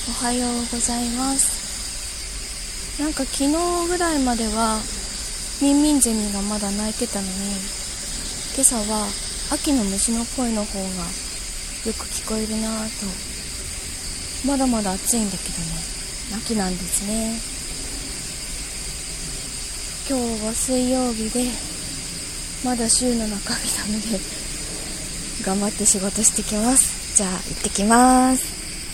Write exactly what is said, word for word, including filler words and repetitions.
おはようございます。なんか昨日ぐらいまではミンミンゼミがまだ鳴いてたのに、今朝は秋の虫の声の方がよく聞こえるなぁと。まだまだ暑いんだけどね、秋なんですね。今日は水曜日でまだ週の中日なので頑張って仕事してきます。じゃあ行ってきます。